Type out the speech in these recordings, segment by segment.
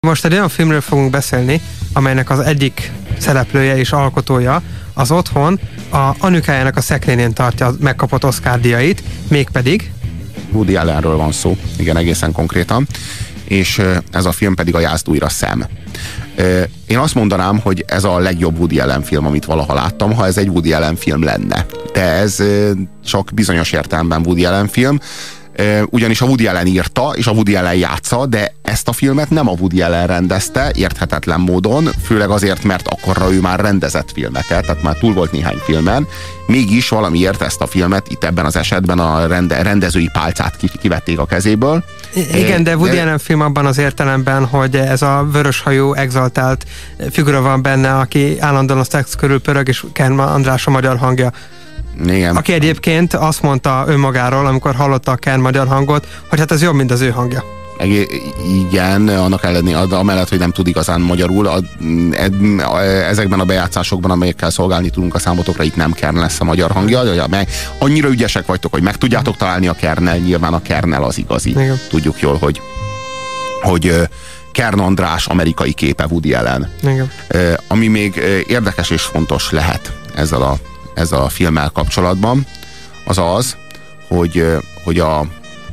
Most egy olyan filmről fogunk beszélni, amelynek az egyik szereplője és alkotója az otthon a anyukájának a szekrényén tartja a megkapott Oscar-díjait, mégpedig... Woody Allenről van szó, igen, egészen konkrétan, és ez a film pedig a Jázd újra Sam. Én azt mondanám, hogy ez a legjobb Woody Allen film, amit valaha láttam, ha ez egy Woody Allen film lenne. De ez csak bizonyos értelemben Woody Allen film, ugyanis a Woody Allen írta, és a Woody Allen játsza, de ezt a filmet nem a Woody Allen rendezte, érthetetlen módon, főleg azért, mert akkorra ő már rendezett filmeket, tehát már túl volt néhány filmen, mégis valamiért ezt a filmet itt ebben az esetben a rendezői pálcát kivették a kezéből. Igen, de Woody Allen film abban az értelemben, hogy ez a vöröshajú, exaltált figura van benne, aki állandóan a szex körül pörög, és Kern András a magyar hangja. Igen. Aki egyébként azt mondta önmagáról, amikor hallotta a Kern magyar hangot, hogy hát ez jobb, mint az ő hangja. Igen, annak ellenére, amellett, hogy nem tud igazán magyarul, ezekben a bejátszásokban, amelyekkel szolgálni tudunk a számotokra, itt nem Kern lesz a magyar hangja, de annyira ügyesek vagytok, hogy meg tudjátok találni a Kernnel, nyilván a Kernnel az igazi. Igen. Tudjuk jól, hogy Kern András amerikai képe Woody Allen. Igen. Ami még érdekes és fontos lehet ezzel a filmmel kapcsolatban, az, hogy a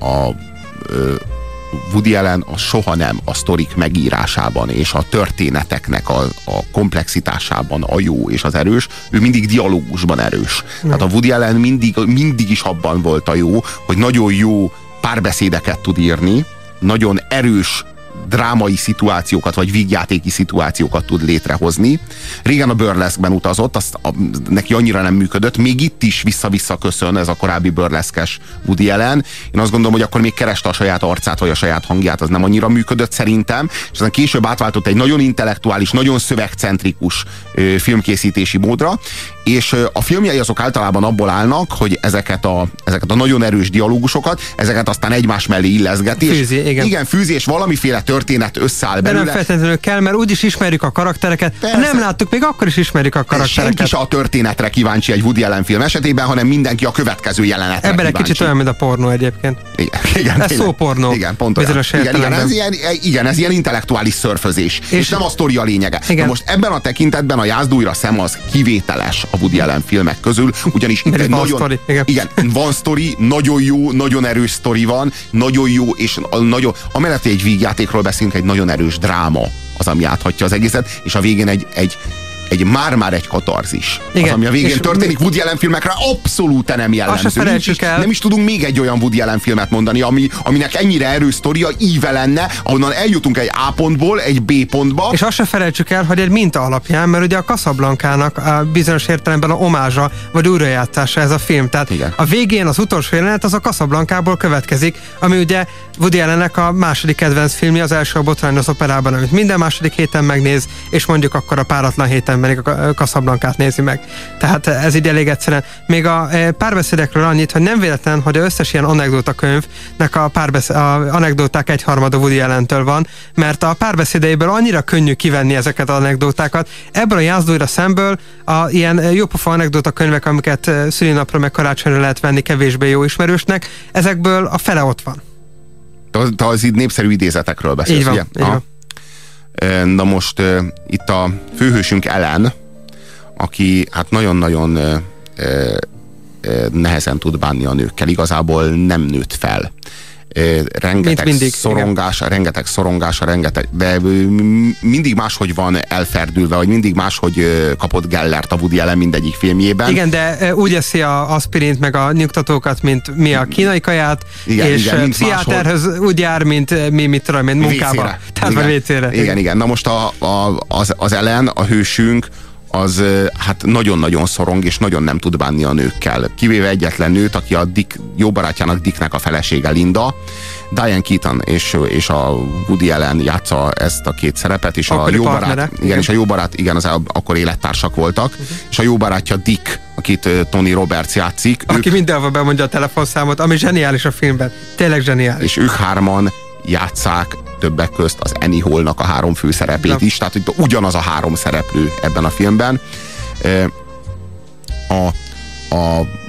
Woody Allen soha nem a sztorik megírásában és a történeteknek a komplexitásában a jó és az erős, ő mindig dialógusban erős. Tehát a Woody Allen mindig is abban volt a jó, hogy nagyon jó párbeszédeket tud írni, nagyon erős drámai szituációkat, vagy vígjátéki szituációkat tud létrehozni. Régen a Burlesque-ben utazott, neki annyira nem működött, még itt is vissza-vissza köszön ez a korábbi burleszkes Woody Allen. Én azt gondolom, hogy akkor még kereste a saját arcát, vagy a saját hangját, az nem annyira működött szerintem, és aztán később átváltott egy nagyon intellektuális, nagyon szövegcentrikus filmkészítési módra, és a filmjei azok általában abból állnak, hogy ezeket a nagyon erős dialógusokat, ezeket aztán egymás mellé illeszgeti. Fűzi, igen, fűzi, és valamiféle történet összeáll belőle. De nem feltétlenül kell, mert úgyis ismerjük a karaktereket. Ha nem láttuk, még akkor is ismerjük a karaktereket. Senki se a történetre kíváncsi egy Woody Allen film esetében, hanem mindenki a következő jelenetre ebben kíváncsi. Egy kicsit olyan, mint a pornó egyébként. Igen, ez szópornó. Igen, pont olyan. Igen, ez ilyen intellektuális szörfözés. És nem a sztori a lényege. Na most ebben a tekintetben a Jázd újra Sam az kivételes a Woody Allen filmek közül, ugyanis itt egy nagyon... Igen, van sztori, nagyon jó, nagyon erős sztori van, nagyon jó, és nagyon... Amellett egy vígjátékról beszélünk, egy nagyon erős dráma az, ami áthatja az egészet, és a végén egy már egy katarzis. Igen, az, ami a végén történik, Woody Allen filmekre abszolút nem jellemző. Nem is tudunk még egy olyan Woody Allen filmet mondani, aminek ennyire erős sztoria, íve lenne, ahonnan eljutunk egy A pontból egy B pontba. És azt se felejtsük el, hogy egy minta alapján, mert ugye a Casablanca-nak a bizonyos értelemben a omázsa, vagy újrajátszása ez a film. Tehát igen. A végén az utolsó jelenet az a Casablanca-ból következik, ami ugye Woody Allennek a második kedvenc filmje, az első a Botrány az operában, amit minden második héten megnéz, és mondjuk akkor a páratlan héten pedig a Casablancát nézi meg. Tehát ez így elég egyszerűen. Még a párbeszédekről annyit, hogy nem véletlen, hogy az összes ilyen anekdóta könyvnek a anekdóták egyharmada Woody Allentől van, mert a párbeszédeiből annyira könnyű kivenni ezeket az anekdótákat. Ebből a Jázd újra Szemből ilyen jópofa anekdóta könyvek, amiket szülinapra meg karácsonyra lehet venni kevésbé jó ismerősnek, ezekből a fele ott van. Te az így népszerű idézetekről beszélsz, így van. Na most itt a főhősünk Ellen, aki hát nagyon-nagyon nehezen tud bánni a nőkkel, igazából nem nőtt fel. Rengeteg szorongása, de mindig máshogy van elferdülve, vagy mindig máshogy kapott Gellert a Woody Allen mindegyik filmjében. Igen, de úgy eszi az aspirint meg a nyugtatókat, mint mi a kínai kaját, és pszichiáterhez úgy jár, mint mi, mit tudom én, munkába. Tehát igen. Na most az Ellen, a hősünk, az hát nagyon-nagyon szorong, és nagyon nem tud bánni a nőkkel. Kivéve egyetlen nőt, aki a jó barátjának Dicknek a felesége, Linda. Diane Keaton és a Woody Allen játsza ezt a két szerepet, és a jó barát, és a jó barát, az akkor élettársak voltak, és a jó barátja Dick, akit Tony Roberts játszik. Aki mindenhol bemondja a telefonszámot, ami zseniális a filmben. Tényleg zseniális. És ők hárman játsszák többek közt az Annie Hall-nak a 3 főszerepét is, tehát itt ugyanaz a 3 szereplő ebben a filmben. A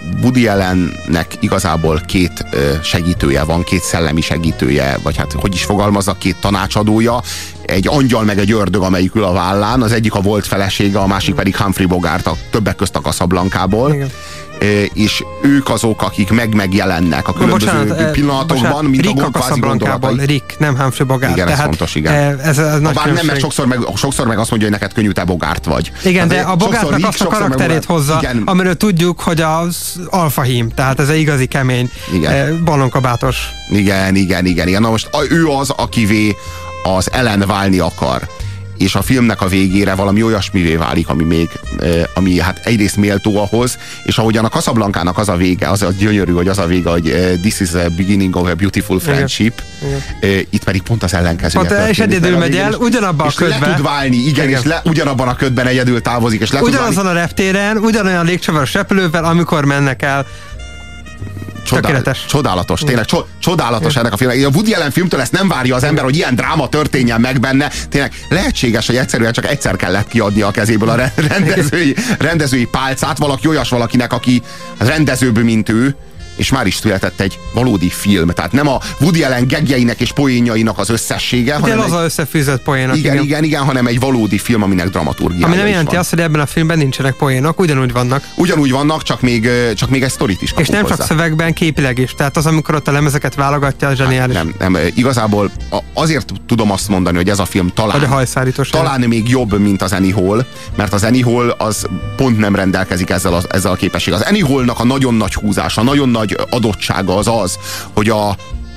Woody Allennek igazából két segítője van, két szellemi segítője, vagy hát hogy is fogalmazza, két tanácsadója, egy angyal meg egy ördög, amelyik ül a vállán, az egyik a volt felesége, a másik pedig Humphrey Bogart, a többek közt a Casablanca-ból. Igen. És ők azok, akik megjelennek a különböző pillanatokban, mint Rick a Casablanca-ból, Rick, nem Humphrey Bogart. Igen, ez fontos, igen. Ez bár nem, mert sokszor meg azt mondja, hogy neked könnyű, te Bogart vagy. Igen, de a Bogartnak azt a karakterét hozza, igen, amiről tudjuk, hogy az alfahím, tehát ez egy igazi kemény, ballonkabátos. Igen. Na most ő az, akivé az Ellen válni akar. És a filmnek a végére valami olyasmivé válik, ami hát egyrészt méltó ahhoz, és ahogyan a Casablanca-nak az a vége, az a gyönyörű, hogy az a vége, hogy this is a beginning of a beautiful friendship. Igen. Itt pedig pont az ellenkezője. És egyedül megy el, ugyanabban a ködben. És le tud válni, igen. És ugyanabban a ködben egyedül távozik, és le tud válni. Ugyanazon a reptéren, ugyanolyan légcsavaros repülővel, amikor mennek el. Csodálatos, tényleg csodálatos ennek a filmnek. A Woody Allen filmtől ezt nem várja az ember, hogy ilyen dráma történjen meg benne. Tényleg lehetséges, hogy egyszerűen csak egyszer kellett kiadni a kezéből a rendezői pálcát valakinek, aki rendezőbb, mint ő, és már is született egy valódi film. Tehát nem a Woody Allen gagjeinek és poénjainak az összessége, hanem az összefűzött poénok. Igen, hanem egy valódi film, aminek dramaturgiája. Ami nem jelenti azt, hogy ebben a filmben nincsenek poénok, ugyanúgy vannak. Ugyanúgy vannak, csak még egy sztorit is kapunk. És nem csak szövegben, képileg is. Tehát az, amikor ott a lemezeket válogatja, az zseniális. Nem. Igazából azért tudom azt mondani, hogy ez a film talán még jobb, mint az Annie Hall, mert az Annie Hall az pont nem rendelkezik ezzel a képességgel. Az Annie Hallnak a nagyon nagy húzása, nagyon nagy adottsága az, hogy a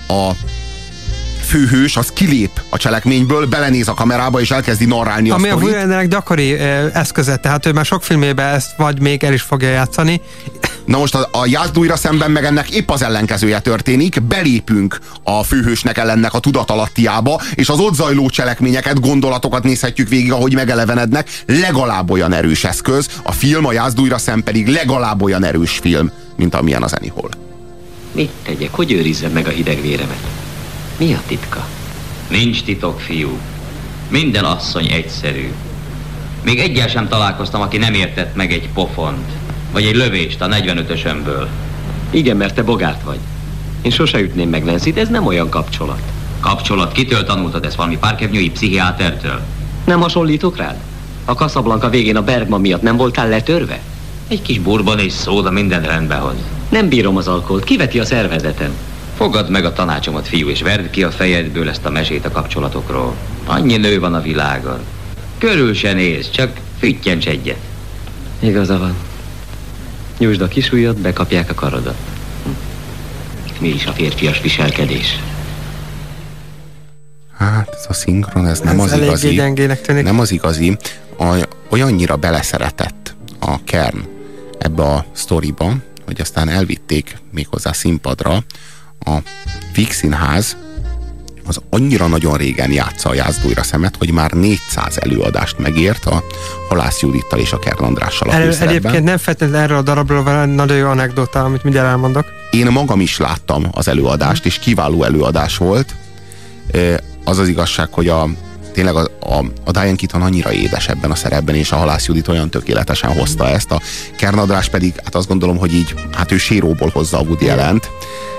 főhős az kilép a cselekményből, belenéz a kamerába és elkezdi narrálni a sztorit. Ami a Woody Allennek gyakori eszköze, tehát ő már sok filmében ezt vagy még el is fogja játszani. Na most a Játszd újra szemben meg ennek épp az ellenkezője történik, belépünk a főhősnek ellennek a tudatalattiába, és az ott zajló cselekményeket, gondolatokat nézhetjük végig, ahogy megelevenednek, legalább olyan erős eszköz, a film, a Játszd újra szem pedig legalább olyan erős film, mint amilyen az Annie Hall. Mit tegyek? Hogy őrizzem meg a hideg véremet? Mi a titka? Nincs titok, fiú. Minden asszony egyszerű. Még egyel sem találkoztam, aki nem értett meg egy pofont. Vagy egy lövést a 45-ösömből. Igen, mert te Bogart vagy. Én sose ütném meg Nancyt, ez nem olyan kapcsolat. Kapcsolat? Kitől tanultad ezt? Valami Parkevnyői pszichiátertől? Nem hasonlítok rád? A Casablanca végén a Bergman miatt nem voltál letörve? Egy kis burban és szóda minden rendbe hoz. Nem bírom az alkoholt, kiveti a szervezetem. Fogadd meg a tanácsomat, fiú, és verd ki a fejedből ezt a mesét a kapcsolatokról. Annyi nő van a világon. Körül se néz, csak füttyents egyet. Igaza van. Nyújtsd a kis ujjat, bekapják a karodat. Mi is a férfias viselkedés? Hát ez a szinkron, ez nem az igazi. Nem az igazi. Olyannyira beleszeretett a Kern ebbe a sztoriba, hogy aztán elvitték méghozzá színpadra. A Víg Színház az annyira nagyon régen játsza a Játszd újra szemet, hogy már 400 előadást megért a Halász Judittal és a Kern Andrással a főszerepben. Egyébként nem feltétlenül erről a darabról van nagyon jó anekdota, amit mindjárt elmondok. Én magam is láttam az előadást, és kiváló előadás volt. Az az igazság, hogy tényleg a Diane Keaton annyira édes ebben a szerepben, és a Halász Judit olyan tökéletesen hozta ezt. A Kern András pedig, hát azt gondolom, hogy így, hát ő séróból hozza a Woody Allent.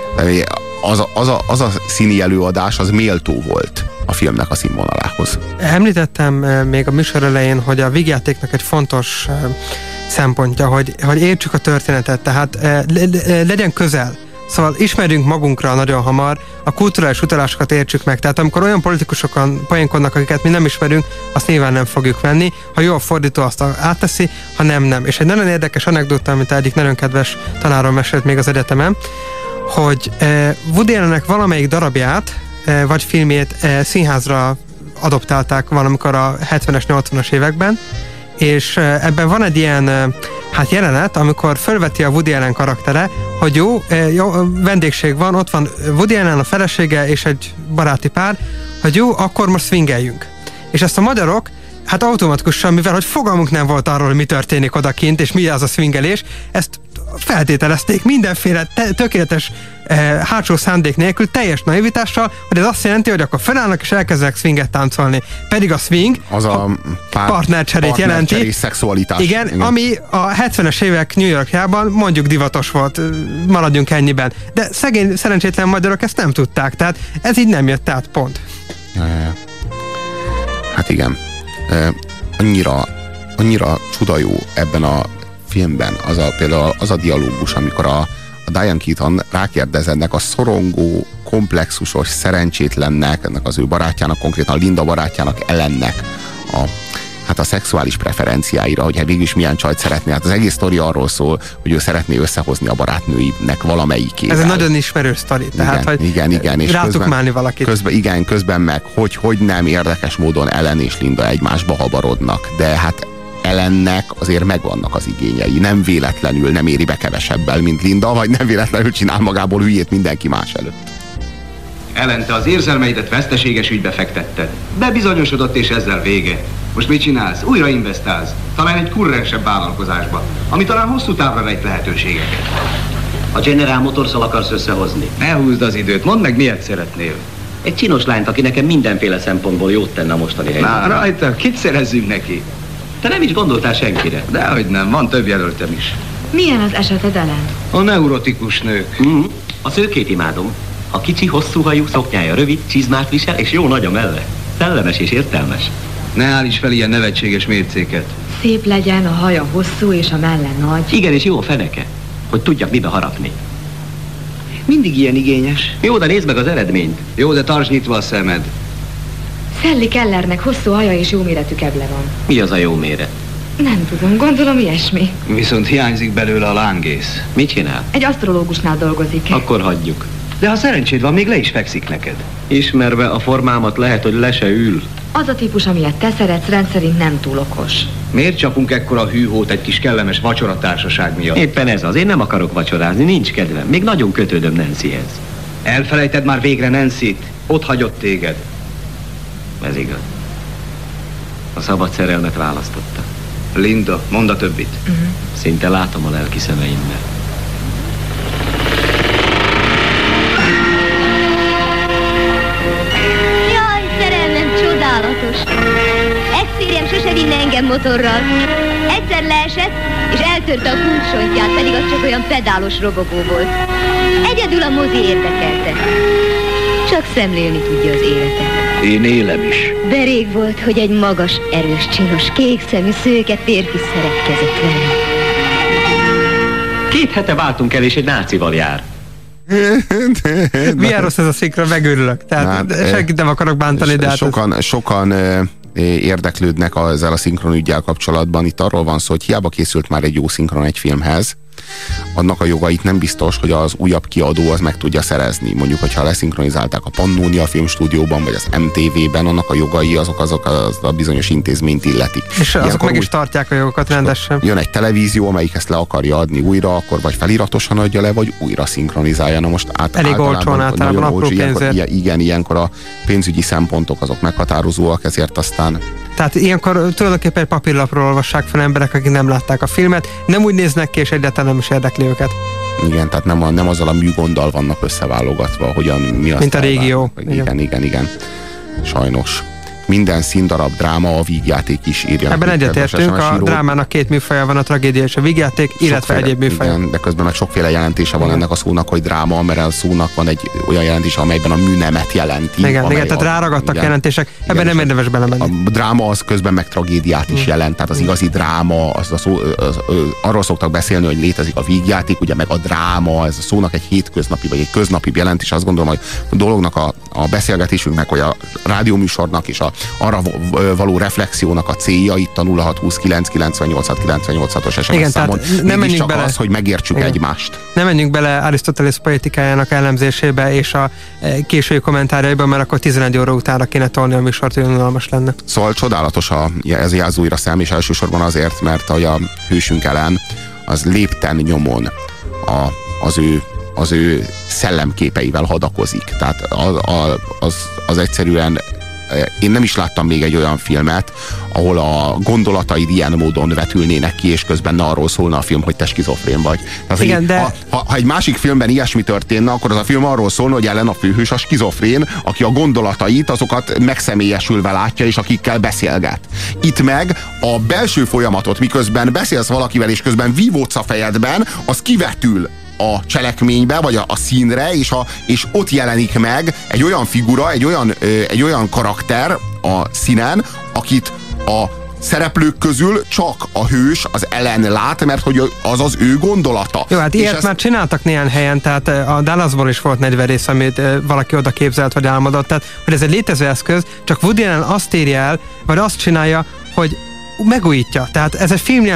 Az a színi előadás, az méltó volt a filmnek a színvonalához. Említettem még a műsor elején, hogy a vígjátéknak egy fontos szempontja, hogy értsük a történetet, tehát legyen közel. Szóval ismerjünk magunkra nagyon hamar, a kulturális utalásokat értsük meg. Tehát amikor olyan politikusokon poénkodnak, akiket mi nem ismerünk, azt nyilván nem fogjuk venni. Ha jó a fordító, azt átteszi, ha nem. És egy nagyon érdekes anekdóta, amit egyik nagyon kedves tanárom mesélt még az egyetemen, hogy Woody Allennek valamelyik darabját, vagy filmjét színházra adoptálták valamikor a 70-es, 80-as években, és ebben van egy ilyen jelenet, amikor fölveti a Woody Allen karaktere, hogy jó, vendégség van, ott van Woody Allen, a felesége és egy baráti pár, hogy jó, akkor most swingeljünk. És ezt a magyarok hát automatikusan, mivel hogy fogalmunk nem volt arról, hogy mi történik odakint, és mi az a swingelés, ezt feltételezték mindenféle tökéletes hátsó szándék nélkül, teljes naivitással, hogy ez azt jelenti, hogy akkor felállnak és elkezdenek swinget táncolni. Pedig a swing az a partnercserét jelenti. Szexualitás. Igen, ami a 70-es évek New Yorkjában mondjuk divatos volt, maradjunk ennyiben. De szegény, szerencsétlen magyarok ezt nem tudták, tehát ez így nem jött át, pont. Hát igen. Annyira csuda jó ebben a filmben például az a dialógus, amikor a Diane Keaton rákérdez ennek a szorongó, komplexusos, szerencsétlennek, ennek az ő barátjának, konkrétan Linda barátjának, Ellennek a szexuális preferenciáira, hogy végül is milyen csajt szeretné. Hát az egész sztori arról szól, hogy ő szeretné összehozni a barátnőinek valamelyikével. Ez egy nagyon ismerős sztori. Tehát, igen. És rátukmálni valakit. Közben meg, hogy nem érdekes módon Ellen és Linda egymásba habarodnak, de hát Ellennek azért megvannak az igényei. Nem véletlenül nem éri be kevesebbel, mint Linda, vagy nem véletlenül csinál magából hülyét mindenki más előtt. Ellen, te az érzelmeidet veszteséges ügybe fektetted. Bebizonyosodott, és ezzel vége. Most mit csinálsz? Újra investálsz. Talán egy kurrensebb vállalkozásba, ami talán hosszú távra rejt lehetőségeket. A General Motors-szal akarsz összehozni? Ne húzd az időt, mondd meg, miért szeretnél. Egy csinos lányt, aki nekem mindenféle szempontból jót tenne a mostani helyzetben. Na rajta, kit szerezzünk neki? Te nem is gondoltál senkire. Dehogy nem, van több jelöltem is. Milyen az eseted, Ellen? A neurotikus nők. A szőkét imádom. A kicsi, hosszú hajú, szoknyája rövid, csizmát visel, és jó nagy a melle. Szellemes és értelmes. Ne állíts fel ilyen nevetséges mércéket. Szép legyen, a haja hosszú és a melle nagy. Igen, és jó a feneke, hogy tudjak mibe harapni. Mindig ilyen igényes. Jó, de nézd meg az eredményt. Jó, de tartsd nyitva a szemed. Sally Kellernek hosszú haja és jó méretű keble van. Mi az a jó méret? Nem tudom, gondolom ilyesmi. Viszont hiányzik belőle a lángész. Mit csinál? Egy asztrológusnál dolgozik. Akkor hagyjuk. De ha szerencséd van, még le is fekszik neked. Ismerve a formámat lehet, hogy le se ül. Az a típus, amilyet te szeretsz, rendszerint nem túl okos. Miért csapunk ekkora hűhót egy kis kellemes vacsoratársaság miatt? Éppen ez az, én nem akarok vacsorázni, nincs kedvem. Még nagyon kötődöm Nancyhez. Elfelejted már végre Nancyt? Ott hagyott téged. Ez igaz. A szabad szerelmet választotta. Linda, mondd a többit. Szinte látom a lelki szemeimmel. Jaj, szerelmem csodálatos. Ex-férjem sose vinne engem motorral. Egyszer leesett, és eltörte a kulcsontját, pedig az csak olyan pedálos robogó volt. Egyedül a mozi érdekelte. Csak szemlélni tudja az életet. Én élem is. De rég volt, hogy egy magas, erős, csinos, kékszemű, szőke férfi szeretkezett velem. 2 hete váltunk el, és egy nácival jár. Milyen rossz ez a szinkron, megőrülök. Tehát senkit nem akarok bántani, de sokan érdeklődnek ezzel a szinkronüggyel kapcsolatban. Itt arról van szó, hogy hiába készült már egy jó szinkron egy filmhez, annak a jogait nem biztos, hogy az újabb kiadó az meg tudja szerezni. Mondjuk, hogyha leszinkronizálták a Pannonia filmstúdióban, vagy az MTV-ben, annak a jogai azok a bizonyos intézményt illetik. És azok meg is tartják a jogokat rendesen. Jön egy televízió, amelyik ezt le akarja adni újra, akkor vagy feliratosan adja le, vagy újra szinkronizálja. Na most elég olcsón általában, apró pénzért. Ilyenkor a pénzügyi szempontok azok meghatározóak, ezért aztán... Tehát ilyenkor tulajdonképpen egy papírlapról olvassák fel emberek, akik nem látták a filmet, nem úgy néznek ki, és egyáltalán nem is érdekli őket. Igen, tehát nem azzal a műgonddal vannak összeválogatva, hogyan mi azt mint a régió. Igen. Sajnos. Minden színdarab dráma, a vígjáték is írja. Ebben egyetértünk, a drámának 2 műfaja van, a tragédia és a vígjáték, illetve egyéb műfaja. Igen, de közben meg sokféle jelentése van ennek a szónak, hogy dráma, mert a szónak van egy olyan jelentése, amelyben a műnemet jelenti. Igen, tehát ráragadtak jelentések, ebben nem érdemes belemenni. A dráma az közben meg tragédiát is jelent, tehát az igazi dráma, arról szoktak beszélni, hogy létezik a vígjáték, ugye meg a dráma, ez a szónak egy hétköznapi vagy egy köznapi jelentés. Azt gondolom, hogy a dolognak a beszélgetésünknek, vagy a rádióműsornak és arra való reflexiónak a célja itt a 0629986986-os SMS számon. Mégis csak az, hogy megértsük egymást. Nem menjünk bele Arisztotelész poetikájának elemzésébe és a késői kommentárjaiba, mert akkor 11 óra utánra kéne tolni a műsort, hogy unalmas lenne. Szóval csodálatos ez a Jászújra szám, és elsősorban azért, mert a hősünk Ellen az lépten nyomon az ő szellemképeivel hadakozik. Tehát az egyszerűen én nem is láttam még egy olyan filmet, ahol a gondolataid ilyen módon vetülnének ki, és közben ne arról szólna a film, hogy te skizofrén vagy. Tehát, igen, de... ha egy másik filmben ilyesmi történne, akkor az a film arról szólna, hogy Ellen a főhős a skizofrén, aki a gondolatait, azokat megszemélyesülve látja, és akikkel beszélget. Itt meg a belső folyamatot, miközben beszélsz valakivel, és közben vívódsz a fejedben, az kivetül a cselekménybe, vagy a színre, és ott jelenik meg egy olyan figura, egy olyan karakter a színen, akit a szereplők közül csak a hős, az Ellen lát, mert hogy az ő gondolata. Jó, hát ilyet már csináltak néhány helyen, tehát a Dallasból is volt 40 rész, amit valaki oda képzelt, vagy álmodott, tehát hogy ez egy létező eszköz, csak Woody Allen azt érje el, vagy azt csinálja, hogy megújítja. Tehát ez egy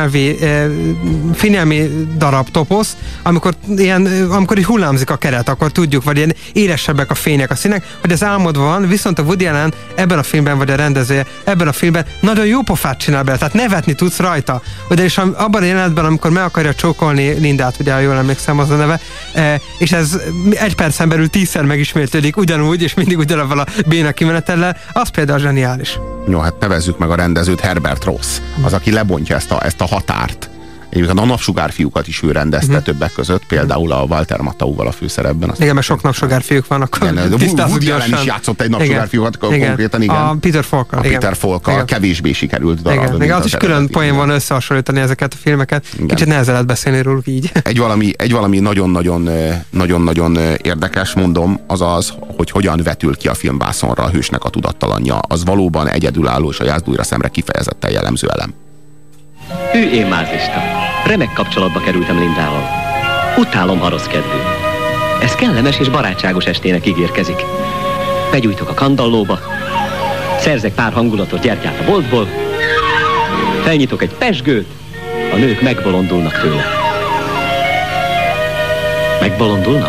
filmnyelmi darab toposz, amikor így hullámzik a keret, akkor tudjuk, vagy ilyen élesebbek a fények, a színek, hogy ez álmodva van, viszont a Woody Allen ebben a filmben, vagy a rendezője ebben a filmben nagyon jó pofát csinál bele, tehát nevetni tudsz rajta. Ugyanis abban a jelenetben, amikor meg akarja csókolni Lindát, ugye jól emlékszem az a neve, és ez egy percen belül 10-szer megismétlődik ugyanúgy, és mindig ugyanabban a béna kimenetellel, az például zseniális. Jó, hát nevezzük meg a rendezőt, Herbert Ross, az, aki lebontja ezt a határt. Egyébként a Napsugárfiúkat is ő rendezte többek között, például a Walter Matthauval a főszerepben. Igen, mert sok Napsugárfiúk vannak. Woody Allen is játszott egy Napsugárfiúkat konkrétan, igen. A Peter Falkkal. A Peter Falkkal kevésbé sikerült darab. Igen, az is külön poén van összehasonlítani ezeket a filmeket. Igen. Kicsit nehezen lehet beszélni róluk így. Egy valami nagyon-nagyon érdekes, mondom, az az, hogy hogyan vetül ki a filmvászonra a hősnek a tudattalanja. Az valóban egyedülálló, és a Jászd-Újra szemre kifejezetten jellemző elem. Hű, én mázlista. Remek kapcsolatba kerültem Lindával. Utálom, ha rossz kedvű. Ez kellemes és barátságos estének ígérkezik. Begyújtok a kandallóba, szerzek pár hangulatot gyertyát a boltból, felnyitok egy pezsgőt, a nők megbolondulnak tőle. Megbolondulnak?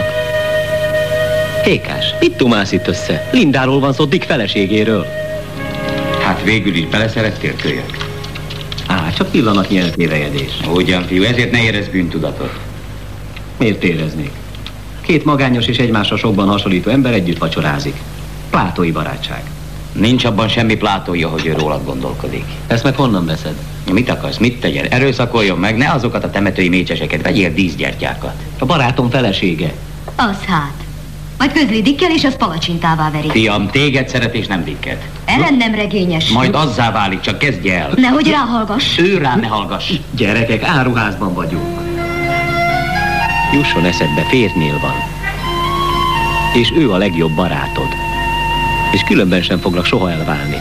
Hékás, mit dumálsz itt össze? Lindáról van szó, Dick feleségéről. Hát végül is beleszerettél, kölyök? Csak pillanatnyi eltévejedés. Ugyan, fiú, ezért ne érezz bűntudatot. Miért éreznék? Két magányos és egymásra sokban hasonlító ember együtt vacsorázik. Plátói barátság. Nincs abban semmi plátói, hogy ő rólad gondolkodik. Ezt meg honnan veszed? Mit akarsz, mit tegyen? Erőszakoljon meg, ne azokat a temetői mécseseket, vegyél díszgyertyákat. A barátom felesége. Az hát. Majd közli Dickkel, és az palacsintává veri. Fiam, téged szeret és nem Dicket. Ellen nem regényes. Majd azzá válik, csak kezdj el. Nehogy ráhallgass. Ő rá ne hallgass. Gyerekek, áruházban vagyunk. Jusson eszedbe, férjnél van. És ő a legjobb barátod. És különben sem foglak soha elválni.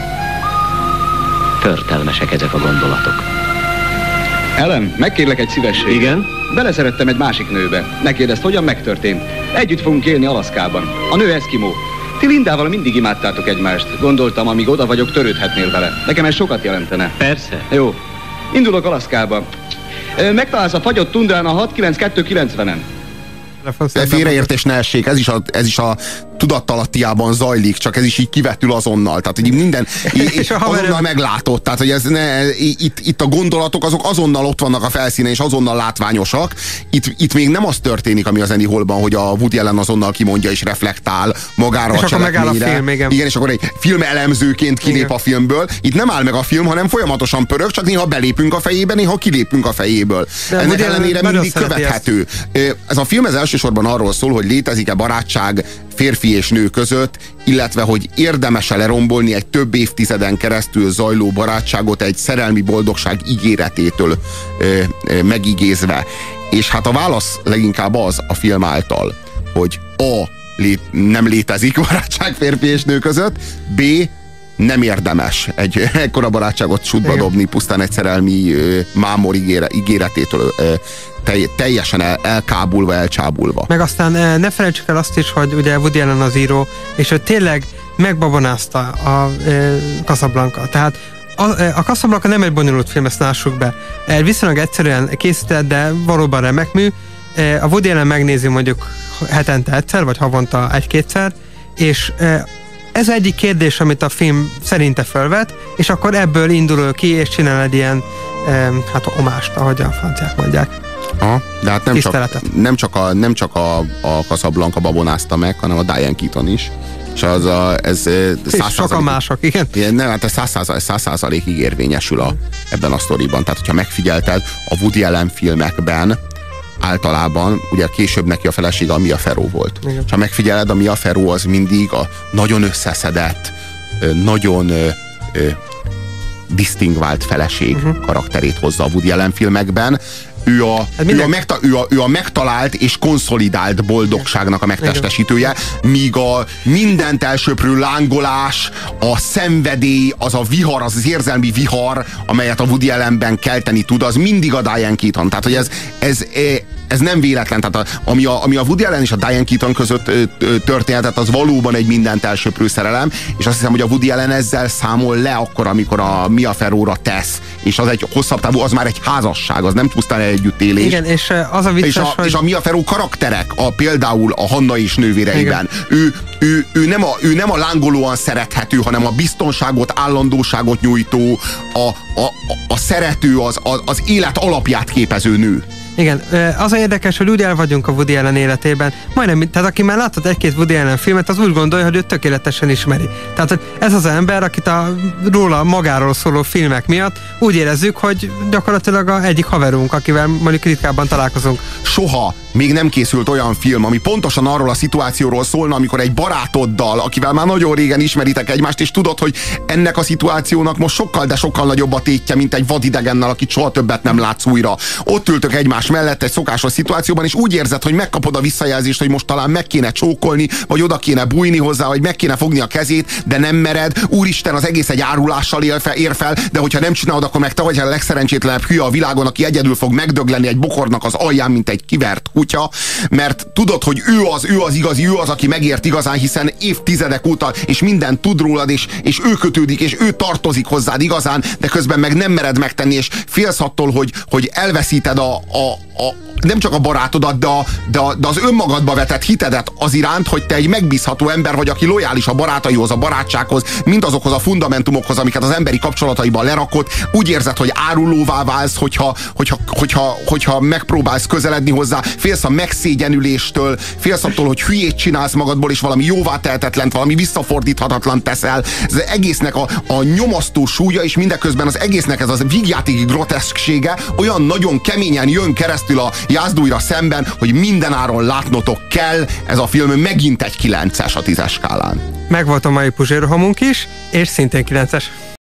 Förtelmesek ezek a gondolatok. Ellen, megkérlek egy szívesség. Igen? Beleszerettem egy másik nőbe. Ne kérdezd, hogyan megtörtént. Együtt fogunk élni Alaszkában. A nő eszkimó. Ti Lindával mindig imádtátok egymást. Gondoltam, amíg oda vagyok, törődhetnél vele. Nekem ez sokat jelentene. Persze. Jó. Indulok Alaszkába. Megtalálsz a fagyott tundrán a 69290-en. Félreértés ne essék, ez is a tudattalattiában zajlik, csak ez is így kivetül azonnal. Tehát, hogy minden és azonnal meglátott. Tehát, hogy itt a gondolatok azok azonnal ott vannak a felszínen, és azonnal látványosak. Itt még nem az történik, ami az Annie Hallban, hogy a Woody Allen azonnal kimondja és reflektál magára és a cselekményre. Megáll a film, igen. Igen, és akkor egy filmelemzőként kilép a filmből. Itt nem áll meg a film, hanem folyamatosan pörög, csak néha belépünk a fejébe, néha kilépünk a fejéből. Ennek ellenére mindig követhető. Ez a film elsősorban arról szól, hogy létezik-e barátság férfi és nő között, illetve hogy érdemes-e lerombolni egy több évtizeden keresztül zajló barátságot egy szerelmi boldogság ígéretétől megigézve. És hát a válasz leginkább az a film által, hogy nem létezik barátság férfi és nő között, B. nem érdemes egy ekkora barátságot sútba dobni pusztán egy szerelmi mámor ígéretétől teljesen elkábulva, elcsábulva. Meg aztán ne felejtsük el azt is, hogy ugye Woody Allen az író, és ő tényleg megbabonázta a Casablanca. Tehát a Casablanca nem egy bonyolult film, ezt lássuk be. Viszonylag egyszerűen készített, de valóban remek mű. A Woody Allen megnézi mondjuk hetente egyszer, vagy havonta egy-kétszer, és ez egyik kérdés, amit a film szerinte felvet, és akkor ebből indul ki, és csinál egy ilyen omást, ahogy a franciák mondják. De hát nem csak a Casablanca babonázta meg, hanem a Diane Keaton is. És ez 100%. Sokan mások, igen. Nem, hát ez 100%-ig érvényesül ebben a sztoriban. Tehát, hogyha megfigyelted, a Woody Allen filmekben általában, ugye később neki a felesége a Mia Farrow volt. Igen. És ha megfigyeled, a Mia Farrow az mindig a nagyon összeszedett, nagyon disztingvált feleség karakterét hozza a Woody Allen filmekben. Ő a megtalált és konszolidált boldogságnak a megtestesítője, míg a mindent elsöprő lángolás, a szenvedély, az a vihar, az érzelmi vihar, amelyet a Woody Allenben kelteni tud, az mindig a Diane Keaton. Tehát, hogy ez nem véletlen. Tehát ami a Woody Allen és a Diane Keaton között történetet, az valóban egy mindent elsöprő szerelem, és azt hiszem, hogy a Woody Allen ezzel számol le akkor, amikor a Mia Farrowra tesz, és az egy hosszabb távú, az már egy házasság, az nem pusztán egy együttélés. Igen, és az a vicces, és a Mia Farrow karakterek, például a Hanna és nővéreiben, ő nem a lángolóan szerethető, hanem a biztonságot, állandóságot nyújtó, a szerető, az élet alapját képező nő. Igen, az a érdekes, hogy úgy el vagyunk a Woody Allen életében, majdnem, tehát aki már látott egy-két Woody Allen filmet, az úgy gondolja, hogy őt tökéletesen ismeri. Tehát ez az ember, akit róla magáról szóló filmek miatt úgy érezzük, hogy gyakorlatilag egyik haverunk, akivel mondjuk ritkábban találkozunk. Soha még nem készült olyan film, ami pontosan arról a szituációról szólna, amikor egy barátoddal, akivel már nagyon régen ismeritek egymást, és tudod, hogy ennek a szituációnak most sokkal, de sokkal nagyobb a tétje, mint egy vadidegennel, akit soha többet nem látsz újra. Ott ültök egymás mellett egy szokásos szituációban, és úgy érzed, hogy megkapod a visszajelzést, hogy most talán meg kéne csókolni, vagy oda kéne bújni hozzá, vagy meg kéne fogni a kezét, de nem mered. Úristen, az egész egy árulással ér fel, de hogyha nem csinálod, akkor meg te vagy a legszerencsétlenebb hülye a világon, aki egyedül fog megdögleni egy bokornak az alján, mint egy kivert kutya, mert tudod, hogy ő az igazi, ő az, aki megért igazán, hiszen évtizedek óta, és mindent tud rólad, és ő kötődik, és ő tartozik hozzád igazán, de közben meg nem mered megtenni, és félsz attól, hogy elveszíted nem csak a barátodat, de az önmagadba vetett hitedet az iránt, hogy te egy megbízható ember vagy, aki lojális a barátaihoz, a barátsághoz, mindazokhoz a fundamentumokhoz, amiket az emberi kapcsolataiban lerakott. Úgy érzed, hogy árulóvá válsz, hogyha megpróbálsz közeledni hozzá, félsz a megszégyenüléstől, félsz attól, hogy hülyét csinálsz magadból, és valami jóvá tehetetlent, valami visszafordíthatatlan teszel. Ez az egésznek a nyomasztó súlya, és mindeközben az egésznek ez az vígjátéki groteszksége olyan nagyon keményen jön keresztül a Jászdújra szemben, hogy mindenáron látnotok kell. Ez a film megint egy 9-es a 10-es skálán. Megvolt a mai Puzsér rohamunk is, és szintén 9-es.